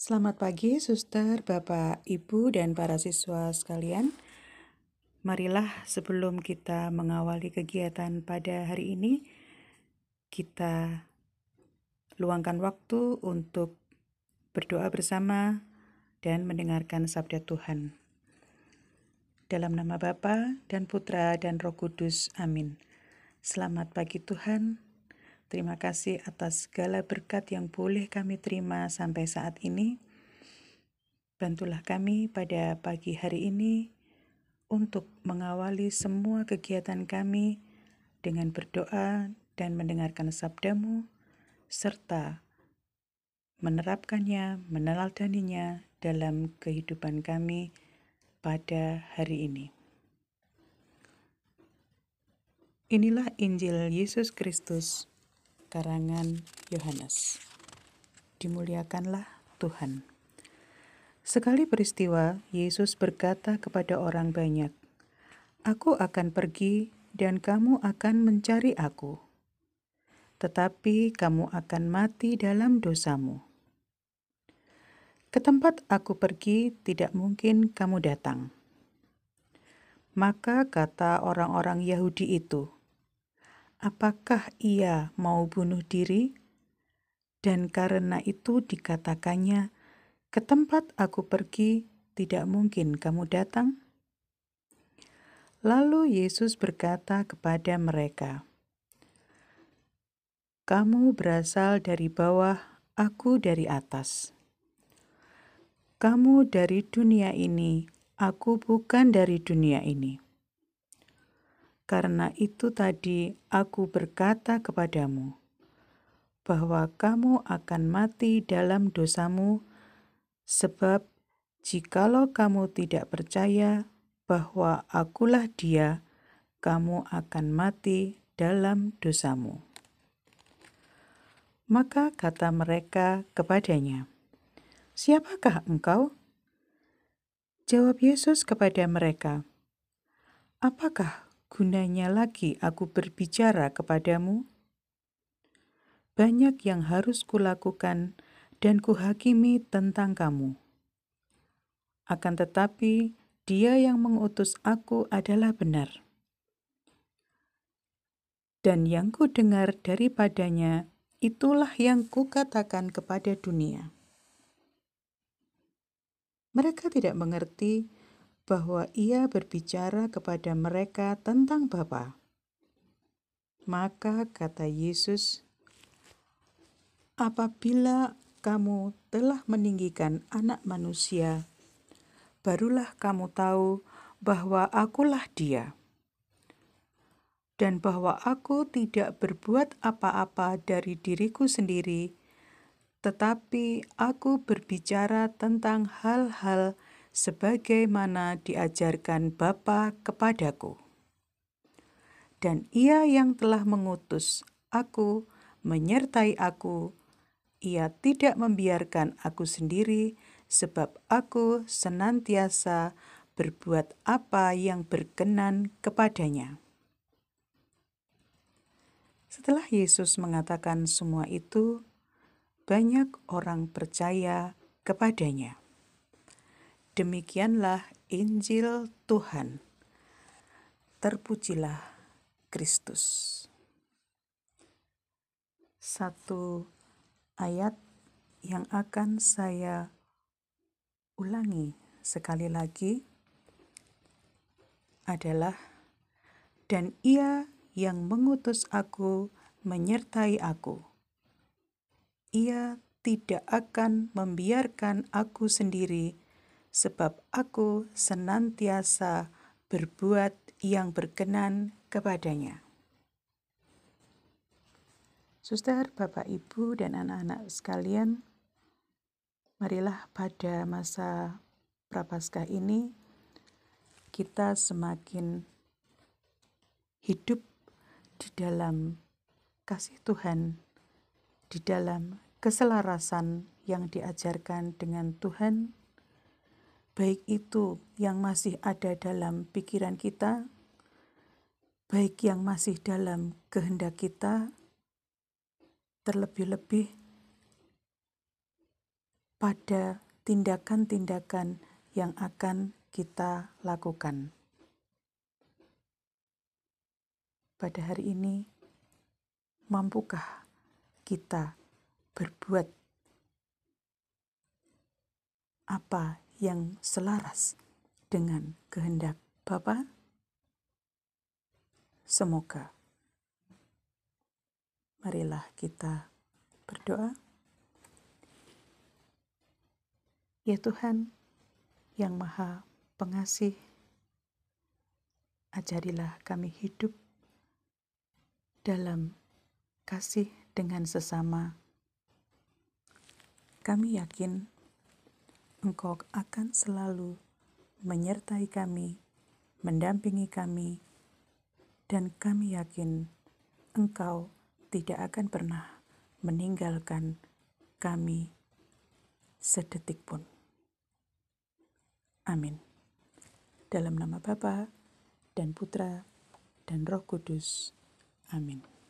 Selamat pagi, Suster, Bapak, Ibu, dan para siswa sekalian. Marilah sebelum kita mengawali kegiatan pada hari ini, kita luangkan waktu untuk berdoa bersama dan mendengarkan sabda Tuhan. Dalam nama Bapa dan Putra dan Roh Kudus, amin. Selamat pagi Tuhan. Terima kasih atas segala berkat yang boleh kami terima sampai saat ini. Bantulah kami pada pagi hari ini untuk mengawali semua kegiatan kami dengan berdoa dan mendengarkan sabda-Mu, serta menerapkannya, meneladaninya dalam kehidupan kami pada hari ini. Inilah Injil Yesus Kristus, karangan Yohanes. Dimuliakanlah Tuhan. Sekali peristiwa, Yesus berkata kepada orang banyak, "Aku akan pergi dan kamu akan mencari aku, tetapi kamu akan mati dalam dosamu. Ke tempat aku pergi tidak mungkin kamu datang." Maka kata orang-orang Yahudi itu, "Apakah ia mau bunuh diri?" Dan karena itu dikatakannya, "Ke tempat aku pergi tidak mungkin kamu datang." Lalu Yesus berkata kepada mereka, "Kamu berasal dari bawah, aku dari atas. Kamu dari dunia ini, aku bukan dari dunia ini. Karena itu tadi aku berkata kepadamu, bahwa kamu akan mati dalam dosamu, sebab jikalau kamu tidak percaya bahwa akulah Dia, kamu akan mati dalam dosamu." Maka kata mereka kepadanya, "Siapakah engkau?" Jawab Yesus kepada mereka, "Apakah gunanya lagi aku berbicara kepadamu? Banyak yang harus kulakukan dan kuhakimi tentang kamu. Akan tetapi Dia yang mengutus aku adalah benar. Dan yang kudengar daripadanya, itulah yang kukatakan kepada dunia." Mereka tidak mengerti bahwa ia berbicara kepada mereka tentang Bapa. Maka kata Yesus, "Apabila kamu telah meninggikan Anak Manusia, barulah kamu tahu bahwa akulah Dia, dan bahwa aku tidak berbuat apa-apa dari diriku sendiri, tetapi aku berbicara tentang hal-hal sebagaimana diajarkan Bapa kepadaku. Dan Ia yang telah mengutus aku menyertai aku. Ia tidak membiarkan aku sendiri, sebab aku senantiasa berbuat apa yang berkenan kepadanya." Setelah Yesus mengatakan semua itu, banyak orang percaya kepadanya. Demikianlah Injil Tuhan. Terpujilah Kristus. Satu ayat yang akan saya ulangi sekali lagi adalah, "Dan Ia yang mengutus aku menyertai aku. Ia tidak akan membiarkan aku sendiri, sebab aku senantiasa berbuat yang berkenan kepadanya." Suster, Bapak, Ibu, dan anak-anak sekalian, marilah pada masa Prapaskah ini kita semakin hidup di dalam kasih Tuhan, di dalam keselarasan yang diajarkan dengan Tuhan, baik itu yang masih ada dalam pikiran kita, baik yang masih dalam kehendak kita, terlebih-lebih pada tindakan-tindakan yang akan kita lakukan. Pada hari ini, mampukah kita berbuat apa yang selaras dengan kehendak Bapa? Semoga. Marilah kita berdoa. Ya Tuhan yang Maha Pengasih, ajarilah kami hidup dalam kasih dengan sesama. Kami yakin Engkau akan selalu menyertai kami, mendampingi kami, dan kami yakin Engkau tidak akan pernah meninggalkan kami sedetik pun. Amin. Dalam nama Bapa dan Putra dan Roh Kudus. Amin.